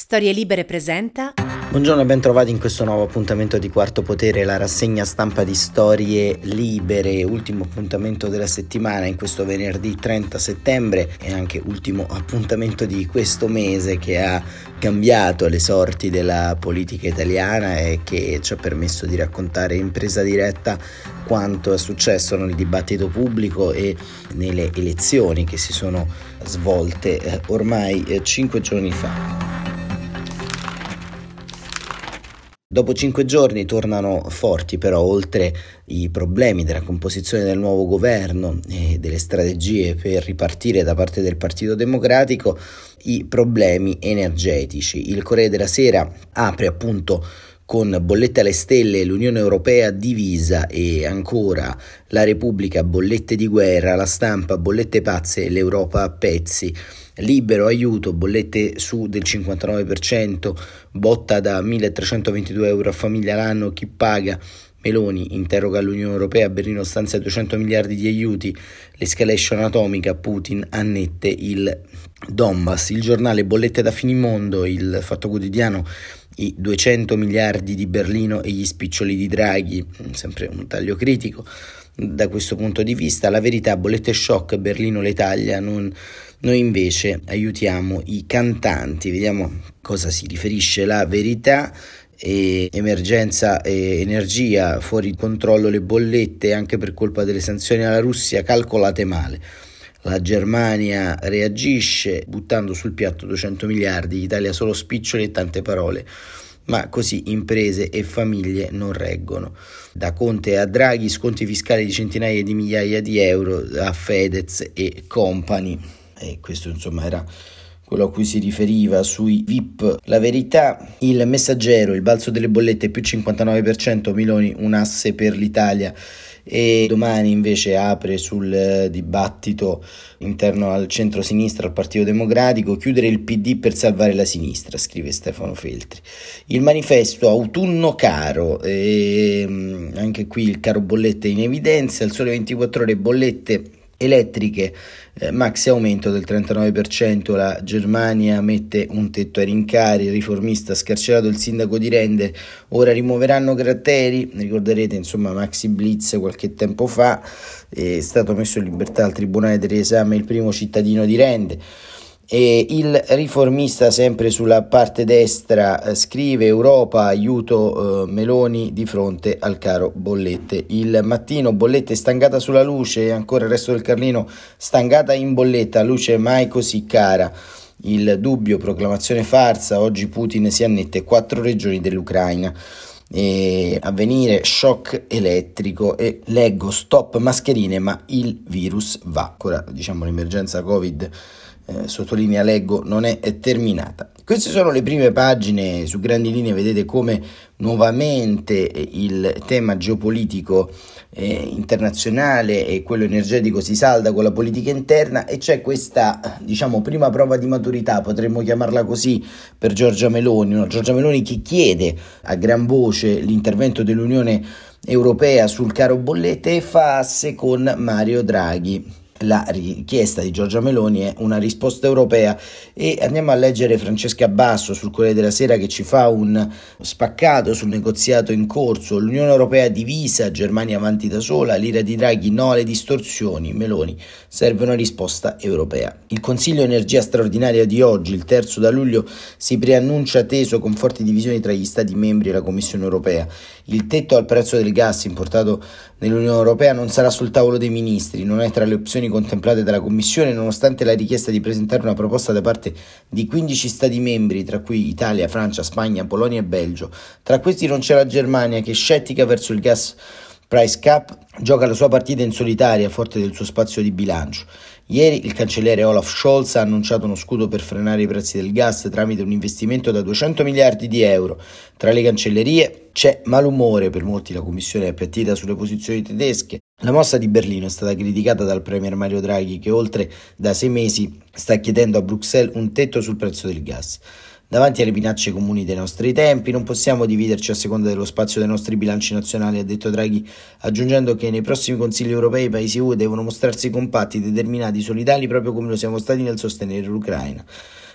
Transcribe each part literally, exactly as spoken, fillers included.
Storie Libere presenta. Buongiorno e ben trovati in questo nuovo appuntamento di Quarto Potere, la rassegna stampa di Storie Libere, ultimo appuntamento della settimana in questo venerdì trenta settembre e anche ultimo appuntamento di questo mese che ha cambiato le sorti della politica italiana e che ci ha permesso di raccontare in presa diretta quanto è successo nel dibattito pubblico e nelle elezioni che si sono svolte ormai cinque giorni fa. Dopo cinque giorni tornano forti però, oltre i problemi della composizione del nuovo governo e delle strategie per ripartire da parte del Partito Democratico, i problemi energetici. Il Corriere della Sera apre appunto con bollette alle stelle, l'Unione Europea divisa e ancora la Repubblica, bollette di guerra, la Stampa, bollette pazze, l'Europa a pezzi. Libero, aiuto, bollette su del cinquantanove per cento, botta da milletrecentoventidue euro a famiglia l'anno, chi paga? Meloni interroga l'Unione Europea, Berlino stanzia duecento miliardi di aiuti, l'escalation atomica, Putin annette il Donbass. Il Giornale, bollette da finimondo, il Fatto Quotidiano, i duecento miliardi di Berlino e gli spiccioli di Draghi, sempre un taglio critico da questo punto di vista. La Verità, bollette shock, Berlino le taglia, non... noi invece aiutiamo i cantanti. Vediamo cosa si riferisce La Verità. E emergenza e energia, fuori controllo le bollette anche per colpa delle sanzioni alla Russia, calcolate male. La Germania reagisce buttando sul piatto duecento miliardi, l'Italia solo spiccioli e tante parole, ma così imprese e famiglie non reggono. Da Conte a Draghi, sconti fiscali di centinaia di migliaia di euro a Fedez e company, e questo insomma era quello a cui si riferiva sui V I P. La Verità, Il Messaggero, il balzo delle bollette più cinquantanove per cento, Meloni un asse per l'Italia. E Domani invece apre sul dibattito interno al centro-sinistra, al Partito Democratico, chiudere il P D per salvare la sinistra, scrive Stefano Feltri. Il Manifesto, autunno caro, e anche qui il caro bollette in evidenza. Il Sole ventiquattro Ore, bollette elettriche, eh, maxi aumento del trentanove per cento, la Germania mette un tetto ai rincari, il Riformista, scarcerato il sindaco di Rende, ora rimuoveranno crateri. Ricorderete insomma maxi blitz qualche tempo fa, è stato messo in libertà al tribunale del riesame il primo cittadino di Rende. E il Riformista, sempre sulla parte destra, eh, scrive Europa, aiuto eh, Meloni di fronte al caro bollette. Il Mattino, bollette stangata sulla luce, e ancora il Resto del Carlino, stangata in bolletta, luce mai così cara. Il Dubbio, proclamazione farsa, oggi Putin si annette quattro regioni dell'Ucraina. E Avvenire, shock elettrico, e leggo stop mascherine ma il virus va. Ancora diciamo l'emergenza Covid, eh, sottolinea leggo, non è, è terminata. Queste sono le prime pagine. Su grandi linee vedete come nuovamente il tema geopolitico eh, internazionale e quello energetico si salda con la politica interna, e c'è questa diciamo prima prova di maturità, potremmo chiamarla così, per Giorgia Meloni, no? Giorgia Meloni che chiede a gran voce l'intervento dell'Unione Europea sul caro bollette e fa asse con Mario Draghi. La richiesta di Giorgia Meloni è una risposta europea, e andiamo a leggere Francesca Basso sul Corriere della Sera che ci fa un spaccato sul negoziato in corso. L'Unione Europea divisa, Germania avanti da sola, l'ira di Draghi no alle distorsioni, Meloni serve una risposta europea. Il Consiglio Energia straordinaria di oggi, il terzo da luglio, si preannuncia teso con forti divisioni tra gli Stati membri e la Commissione Europea. Il tetto al prezzo del gas importato nell'Unione Europea non sarà sul tavolo dei ministri, non è tra le opzioni contemplate dalla Commissione, nonostante la richiesta di presentare una proposta da parte di quindici Stati membri, tra cui Italia, Francia, Spagna, Polonia e Belgio. Tra questi non c'è la Germania, che, scettica verso il gas price cap, gioca la sua partita in solitaria, forte del suo spazio di bilancio. Ieri il cancelliere Olaf Scholz ha annunciato uno scudo per frenare i prezzi del gas tramite un investimento da duecento miliardi di euro. Tra le cancellerie c'è malumore, per molti la Commissione è appiattita sulle posizioni tedesche. La mossa di Berlino è stata criticata dal premier Mario Draghi, che oltre da sei mesi sta chiedendo a Bruxelles un tetto sul prezzo del gas. Davanti alle minacce comuni dei nostri tempi non possiamo dividerci a seconda dello spazio dei nostri bilanci nazionali, ha detto Draghi, aggiungendo che nei prossimi consigli europei i paesi U E devono mostrarsi compatti, determinati, solidali, proprio come lo siamo stati nel sostenere l'Ucraina.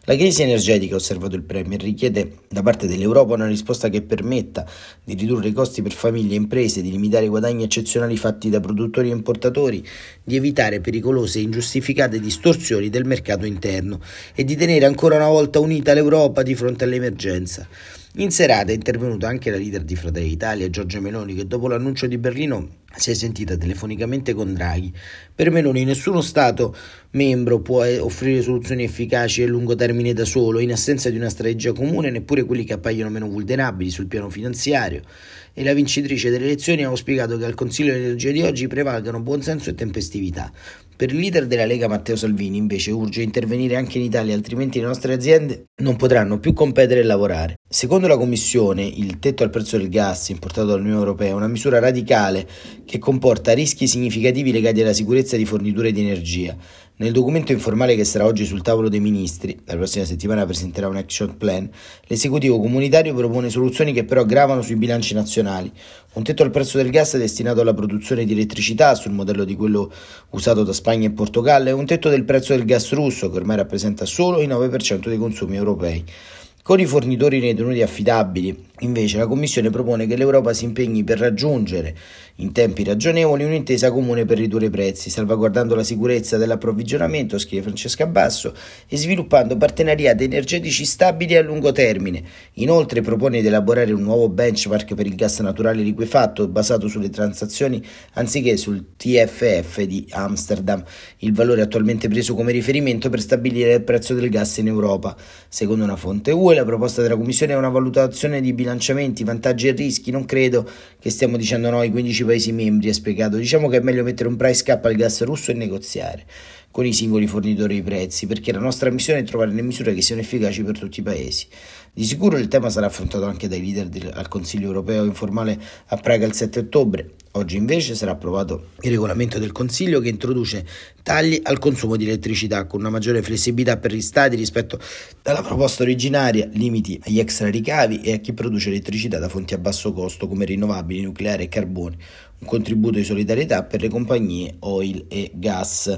La crisi energetica, ha osservato il Premier, richiede da parte dell'Europa una risposta che permetta di ridurre i costi per famiglie e imprese, di limitare i guadagni eccezionali fatti da produttori e importatori, di evitare pericolose e ingiustificate distorsioni del mercato interno e di tenere ancora una volta unita l'Europa di fronte all'emergenza. In serata è intervenuta anche la leader di Fratelli d'Italia, Giorgia Meloni, che dopo l'annuncio di Berlino si è sentita telefonicamente con Draghi. Per Meloni nessuno Stato membro può offrire soluzioni efficaci e a lungo termine da solo, in assenza di una strategia comune, neppure quelli che appaiono meno vulnerabili sul piano finanziario. E la vincitrice delle elezioni ha auspicato che al Consiglio dell'Energia di oggi prevalgano buonsenso e tempestività. Per il leader della Lega Matteo Salvini invece urge intervenire anche in Italia, altrimenti le nostre aziende non potranno più competere e lavorare. Secondo la Commissione, il tetto al prezzo del gas importato dall'Unione Europea è una misura radicale che comporta rischi significativi legati alla sicurezza di forniture di energia. Nel documento informale che sarà oggi sul tavolo dei ministri, la prossima settimana presenterà un action plan, l'esecutivo comunitario propone soluzioni che però gravano sui bilanci nazionali. Un tetto al prezzo del gas destinato alla produzione di elettricità, sul modello di quello usato da Spagna e Portogallo, e un tetto del prezzo del gas russo, che ormai rappresenta solo il nove per cento dei consumi europei. Con i fornitori ritenuti affidabili, invece, la Commissione propone che l'Europa si impegni per raggiungere in tempi ragionevoli un'intesa comune per ridurre i prezzi, salvaguardando la sicurezza dell'approvvigionamento, scrive Francesca Basso, e sviluppando partenariati energetici stabili a lungo termine. Inoltre propone di elaborare un nuovo benchmark per il gas naturale liquefatto basato sulle transazioni anziché sul T F F di Amsterdam, il valore attualmente preso come riferimento per stabilire il prezzo del gas in Europa. Secondo una fonte U E, la proposta della Commissione è una valutazione di bilanciamenti, vantaggi e rischi. Non credo che stiamo dicendo noi quindici Paesi membri, ha spiegato. Diciamo che è meglio mettere un price cap al gas russo e negoziare con i singoli fornitori i prezzi, perché la nostra missione è trovare le misure che siano efficaci per tutti i Paesi. Di sicuro il tema sarà affrontato anche dai leader del, al Consiglio europeo informale a Praga il sette ottobre. Oggi invece sarà approvato il regolamento del Consiglio che introduce tagli al consumo di elettricità con una maggiore flessibilità per gli Stati rispetto alla proposta originaria, limiti agli extra ricavi e a chi produce elettricità da fonti a basso costo come rinnovabili, nucleare e carbone, un contributo di solidarietà per le compagnie oil e gas.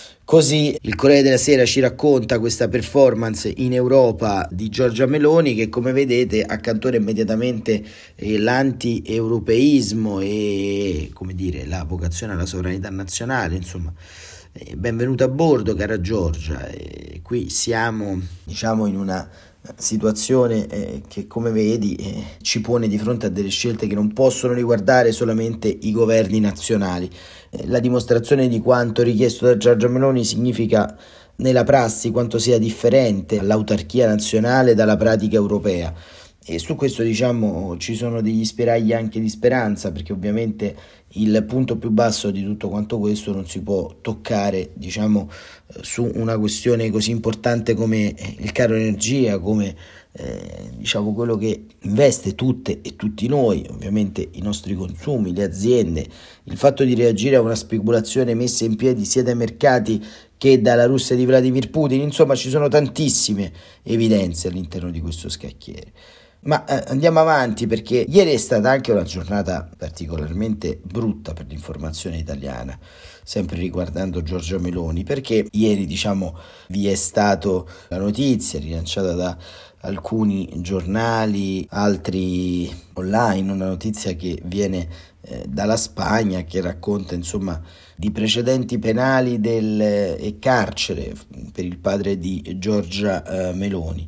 Così il Corriere della Sera ci racconta questa performance in Europa di Giorgia Meloni, che come vedete accantona immediatamente eh, l'anti-europeismo e come dire la vocazione alla sovranità nazionale. Insomma, eh, benvenuta a bordo, cara Giorgia. Eh, qui siamo diciamo in una situazione eh, che come vedi eh, ci pone di fronte a delle scelte che non possono riguardare solamente i governi nazionali. Eh, la dimostrazione di quanto richiesto da Giorgia Meloni significa nella prassi quanto sia differente l'autarchia nazionale dalla pratica europea. E su questo diciamo ci sono degli spiragli anche di speranza, perché ovviamente il punto più basso di tutto quanto questo non si può toccare diciamo su una questione così importante come il caro energia, come eh, diciamo quello che investe tutte e tutti noi, ovviamente i nostri consumi, le aziende, il fatto di reagire a una speculazione messa in piedi sia dai mercati che dalla Russia di Vladimir Putin. Insomma, ci sono tantissime evidenze all'interno di questo scacchiere. Ma eh, andiamo avanti, perché ieri è stata anche una giornata particolarmente brutta per l'informazione italiana, sempre riguardando Giorgia Meloni, perché ieri diciamo vi è stata la notizia rilanciata da alcuni giornali, altri online, una notizia che viene eh, dalla Spagna, che racconta insomma di precedenti penali del, eh, e carcere per il padre di Giorgia eh, Meloni.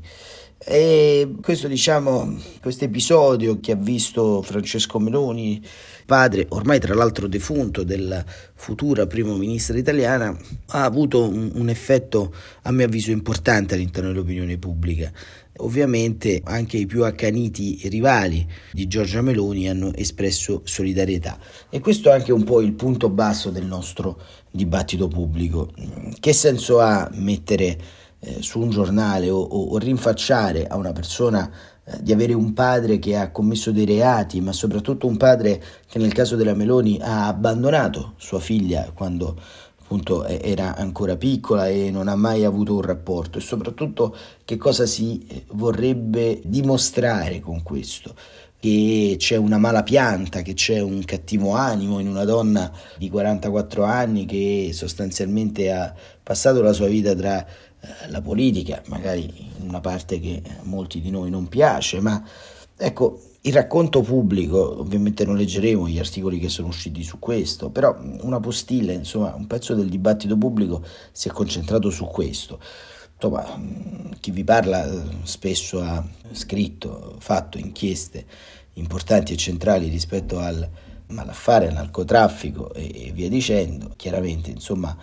E questo diciamo questo episodio che ha visto Francesco Meloni, padre ormai tra l'altro defunto della futura primo ministra italiana, ha avuto un, un effetto a mio avviso importante all'interno dell'opinione pubblica. Ovviamente anche i più accaniti rivali di Giorgia Meloni hanno espresso solidarietà, e questo è anche un po' il punto basso del nostro dibattito pubblico. Che senso ha mettere Eh, su un giornale o, o, o rinfacciare a una persona eh, di avere un padre che ha commesso dei reati, ma soprattutto un padre che nel caso della Meloni ha abbandonato sua figlia quando appunto era ancora piccola e non ha mai avuto un rapporto, e soprattutto che cosa si vorrebbe dimostrare con questo? Che c'è una mala pianta, che c'è un cattivo animo in una donna di quarantaquattro anni che sostanzialmente ha passato la sua vita tra eh, la politica, magari in una parte che a molti di noi non piace, ma ecco, il racconto pubblico, ovviamente non leggeremo gli articoli che sono usciti su questo, però una postilla, insomma, un pezzo del dibattito pubblico si è concentrato su questo. Insomma, chi vi parla spesso ha scritto, fatto inchieste importanti e centrali rispetto al malaffare, al narcotraffico e via dicendo. Chiaramente, insomma,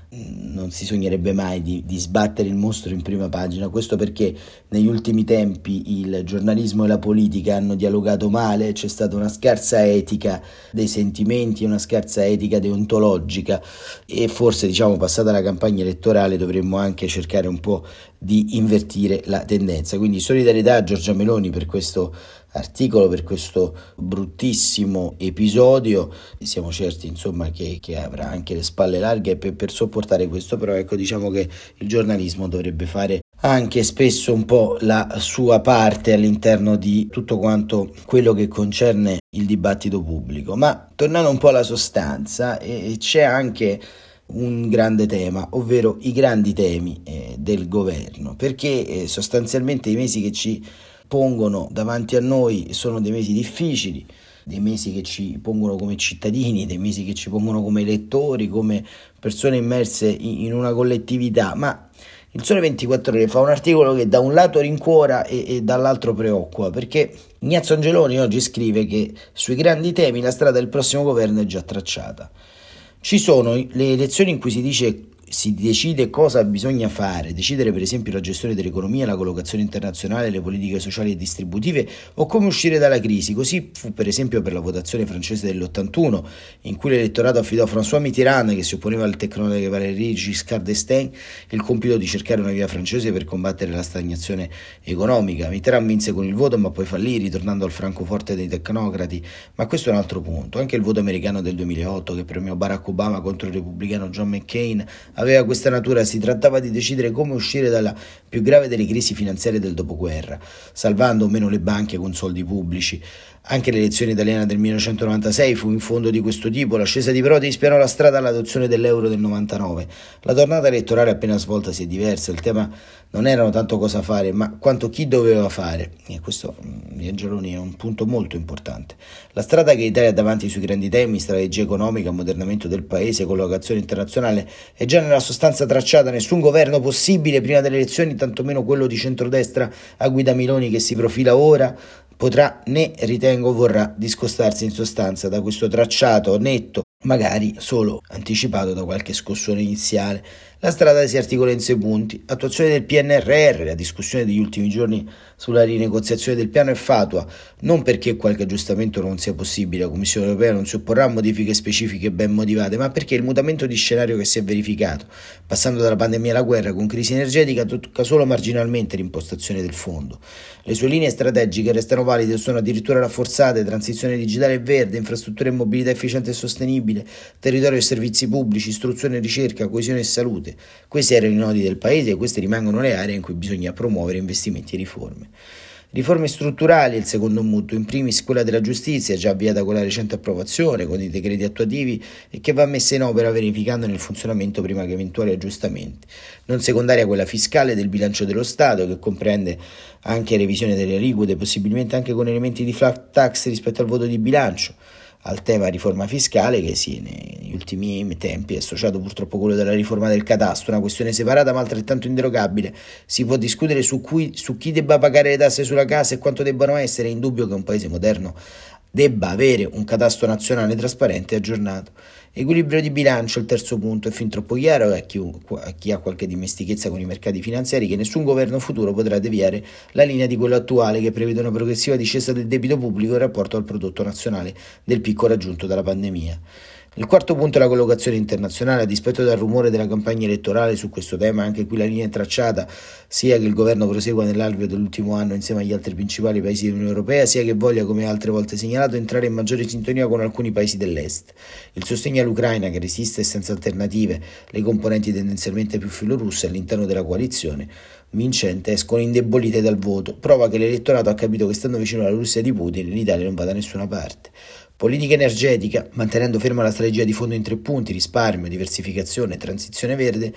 non si sognerebbe mai di, di sbattere il mostro in prima pagina, questo perché negli ultimi tempi il giornalismo e la politica hanno dialogato male, c'è stata una scarsa etica dei sentimenti, una scarsa etica deontologica e forse, diciamo, passata la campagna elettorale dovremmo anche cercare un po' di invertire la tendenza. Quindi solidarietà a Giorgia Meloni per questo articolo, per questo bruttissimo episodio. Siamo certi, insomma, che, che avrà anche le spalle larghe per, per sopportare questo, però ecco, diciamo che il giornalismo dovrebbe fare anche spesso un po' la sua parte all'interno di tutto quanto quello che concerne il dibattito pubblico. Ma tornando un po' alla sostanza, eh, c'è anche un grande tema, ovvero i grandi temi eh, del governo, perché eh, sostanzialmente i mesi che ci pongono davanti a noi sono dei mesi difficili, dei mesi che ci pongono come cittadini, dei mesi che ci pongono come elettori, come persone immerse in, in una collettività, ma il Sole ventiquattro Ore fa un articolo che da un lato rincuora e, e dall'altro preoccupa, perché Ignazio Angeloni oggi scrive che sui grandi temi la strada del prossimo governo è già tracciata. Ci sono le elezioni in cui si dice si decide cosa bisogna fare, decidere per esempio la gestione dell'economia, la collocazione internazionale, le politiche sociali e distributive o come uscire dalla crisi. Così fu per esempio per la votazione francese dell'ottantuno, in cui l'elettorato affidò a François Mitterrand, che si opponeva al tecnocrate Valéry Giscard d'Estaing, il compito di cercare una via francese per combattere la stagnazione economica. Mitterrand vinse con il voto ma poi fallì, ritornando al francoforte dei tecnocrati. Ma questo è un altro punto. Anche il voto americano del duemilaotto, che premiò Barack Obama contro il repubblicano John McCain, aveva questa natura. Si trattava di decidere come uscire dalla più grave delle crisi finanziarie del dopoguerra, salvando o meno le banche con soldi pubblici. Anche l'elezione italiana del millenovecentonovantasei fu in fondo di questo tipo. L'ascesa di Prodi spianò la strada all'adozione dell'euro del novantanove. La tornata elettorale appena svolta si è diversa. Il tema non erano tanto cosa fare, ma quanto chi doveva fare. E questo di Angeloni è un punto molto importante. La strada che l'Italia ha davanti sui grandi temi, strategia economica, ammodernamento del paese, collocazione internazionale, è già nella sostanza tracciata. Nessun governo possibile prima delle elezioni, tantomeno quello di centrodestra a guida Meloni che si profila ora, potrà né, ritengo, vorrà discostarsi in sostanza da questo tracciato netto, magari solo anticipato da qualche scossone iniziale. La strada si articola in sei punti: attuazione del P N R R. La discussione degli ultimi giorni sulla rinegoziazione del piano è fatua, non perché qualche aggiustamento non sia possibile, la Commissione europea non si opporrà a modifiche specifiche ben motivate, ma perché il mutamento di scenario che si è verificato, passando dalla pandemia alla guerra con crisi energetica, tocca solo marginalmente l'impostazione del fondo. Le sue linee strategiche restano valide o sono addirittura rafforzate: transizione digitale e verde, infrastrutture e mobilità efficiente e sostenibile, territorio e servizi pubblici, istruzione e ricerca, coesione e salute. Questi erano i nodi del paese e queste rimangono le aree in cui bisogna promuovere investimenti e riforme. Riforme strutturali, il secondo punto, in primis quella della giustizia, già avviata con la recente approvazione, con i decreti attuativi, e che va messa in opera verificandone il funzionamento prima che eventuali aggiustamenti. Non secondaria quella fiscale del bilancio dello Stato, che comprende anche revisione delle aliquote, possibilmente anche con elementi di flat tax rispetto al voto di bilancio. Al tema riforma fiscale, che sì, negli ultimi tempi è associato purtroppo quello della riforma del catasto, una questione separata ma altrettanto inderogabile. Si può discutere su, cui, su chi debba pagare le tasse sulla casa e quanto debbano essere. È indubbio che un paese moderno debba avere un catasto nazionale trasparente e aggiornato. Equilibrio di bilancio, il terzo punto. È fin troppo chiaro a chi, a chi ha qualche dimestichezza con i mercati finanziari che nessun governo futuro potrà deviare la linea di quello attuale, che prevede una progressiva discesa del debito pubblico in rapporto al prodotto nazionale, del picco raggiunto dalla pandemia. Il quarto punto è la collocazione internazionale. A dispetto del rumore della campagna elettorale su questo tema, anche qui la linea è tracciata, sia che il governo prosegua nell'alveo dell'ultimo anno insieme agli altri principali paesi dell'Unione Europea, sia che voglia, come altre volte segnalato, entrare in maggiore sintonia con alcuni paesi dell'Est. Il sostegno all'Ucraina, che resiste senza alternative, le componenti tendenzialmente più filorusse all'interno della coalizione vincente escono indebolite dal voto, prova che l'elettorato ha capito che stando vicino alla Russia di Putin l'Italia non va da nessuna parte. Politica energetica, mantenendo ferma la strategia di fondo in tre punti: risparmio, diversificazione e transizione verde.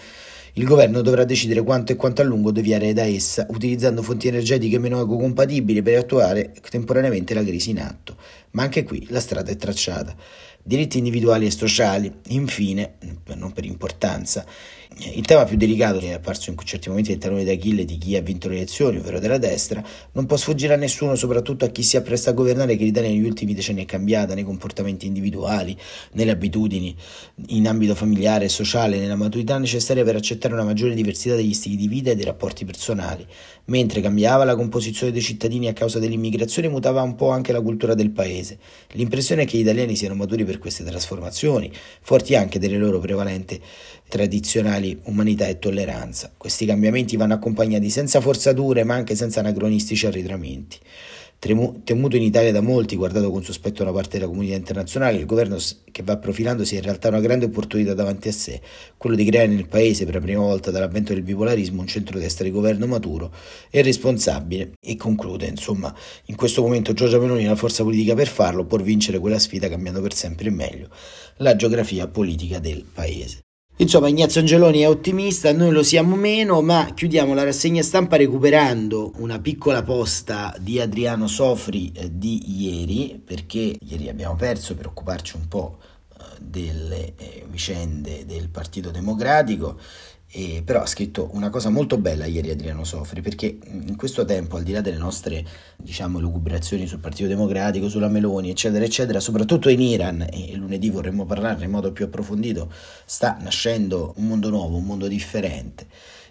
Il governo dovrà decidere quanto e quanto a lungo deviare da essa, utilizzando fonti energetiche meno ecocompatibili per attuare temporaneamente la crisi in atto. Ma anche qui la strada è tracciata. Diritti individuali e sociali, infine, non per importanza, il tema più delicato che è apparso in certi momenti nel tallone d'Achille di chi ha vinto le elezioni, ovvero della destra, non può sfuggire a nessuno, soprattutto a chi si appresta a governare, che l'Italia negli ultimi decenni è cambiata nei comportamenti individuali, nelle abitudini, in ambito familiare e sociale, nella maturità necessaria per accettare una maggiore diversità degli stili di vita e dei rapporti personali. Mentre cambiava la composizione dei cittadini a causa dell'immigrazione, mutava un po' anche la cultura del paese. L'impressione è che gli italiani siano maturi per queste trasformazioni, forti anche delle loro prevalenti tradizionali umanità e tolleranza. Questi cambiamenti vanno accompagnati senza forzature, ma anche senza anacronistici arretramenti. Tremu- temuto in Italia da molti, guardato con sospetto da parte della comunità internazionale, il governo che va profilandosi è in realtà una grande opportunità davanti a sé, quello di creare nel paese, per la prima volta dall'avvento del bipolarismo, un centrodestra di governo maturo e responsabile. E conclude, insomma, in questo momento Giorgia Meloni ha la forza politica per farlo, per vincere quella sfida cambiando per sempre in meglio la geografia politica del paese. Insomma, Ignazio Angeloni è ottimista, noi lo siamo meno, ma chiudiamo la rassegna stampa recuperando una piccola posta di Adriano Sofri eh, di ieri, perché ieri abbiamo perso per occuparci un po' eh, delle eh, vicende del Partito Democratico. E però ha scritto una cosa molto bella ieri Adriano Sofri, perché in questo tempo, al di là delle nostre, diciamo, lucubrazioni sul Partito Democratico, sulla Meloni, eccetera, eccetera, soprattutto in Iran, e lunedì vorremmo parlarne in modo più approfondito, sta nascendo un mondo nuovo, un mondo differente.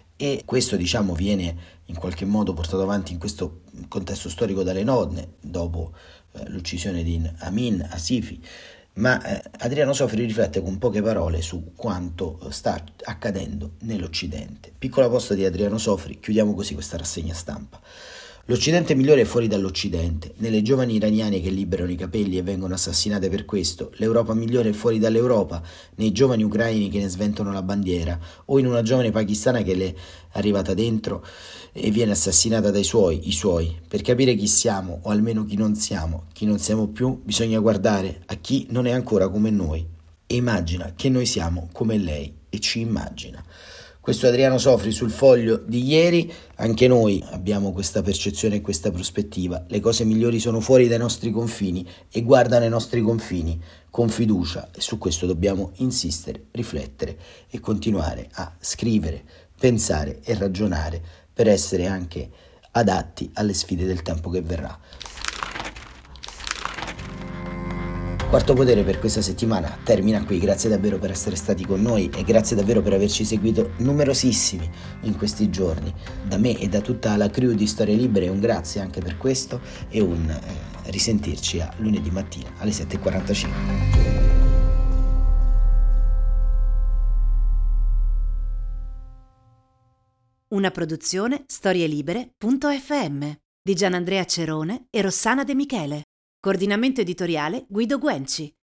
E questo, diciamo, viene in qualche modo portato avanti in questo contesto storico dalle nonne, dopo eh, l'uccisione di Amin Asifi. Ma eh, Adriano Sofri riflette con poche parole su quanto sta accadendo nell'Occidente. Piccola posta di Adriano Sofri, chiudiamo così questa rassegna stampa. L'Occidente migliore è fuori dall'Occidente, nelle giovani iraniane che liberano i capelli e vengono assassinate per questo. L'Europa migliore è fuori dall'Europa, nei giovani ucraini che ne sventano la bandiera, o in una giovane pakistana che le è arrivata dentro e viene assassinata dai suoi, i suoi. Per capire chi siamo, o almeno chi non siamo, chi non siamo più, bisogna guardare a chi non è ancora come noi e immagina che noi siamo come lei e ci immagina. Questo è Adriano Sofri sul Foglio di ieri. Anche noi abbiamo questa percezione e questa prospettiva. Le cose migliori sono fuori dai nostri confini e guardano ai nostri confini con fiducia, e su questo dobbiamo insistere, riflettere e continuare a scrivere, pensare e ragionare per essere anche adatti alle sfide del tempo che verrà. Quarto Potere per questa settimana termina qui, grazie davvero per essere stati con noi e grazie davvero per averci seguito numerosissimi in questi giorni. Da me e da tutta la crew di Storie Libere un grazie anche per questo e un eh, risentirci a lunedì mattina alle sette e quarantacinque. Una produzione storielibere punto effe emme di Gianandrea Cerone e Rossana De Michele. Coordinamento editoriale Guido Guenci.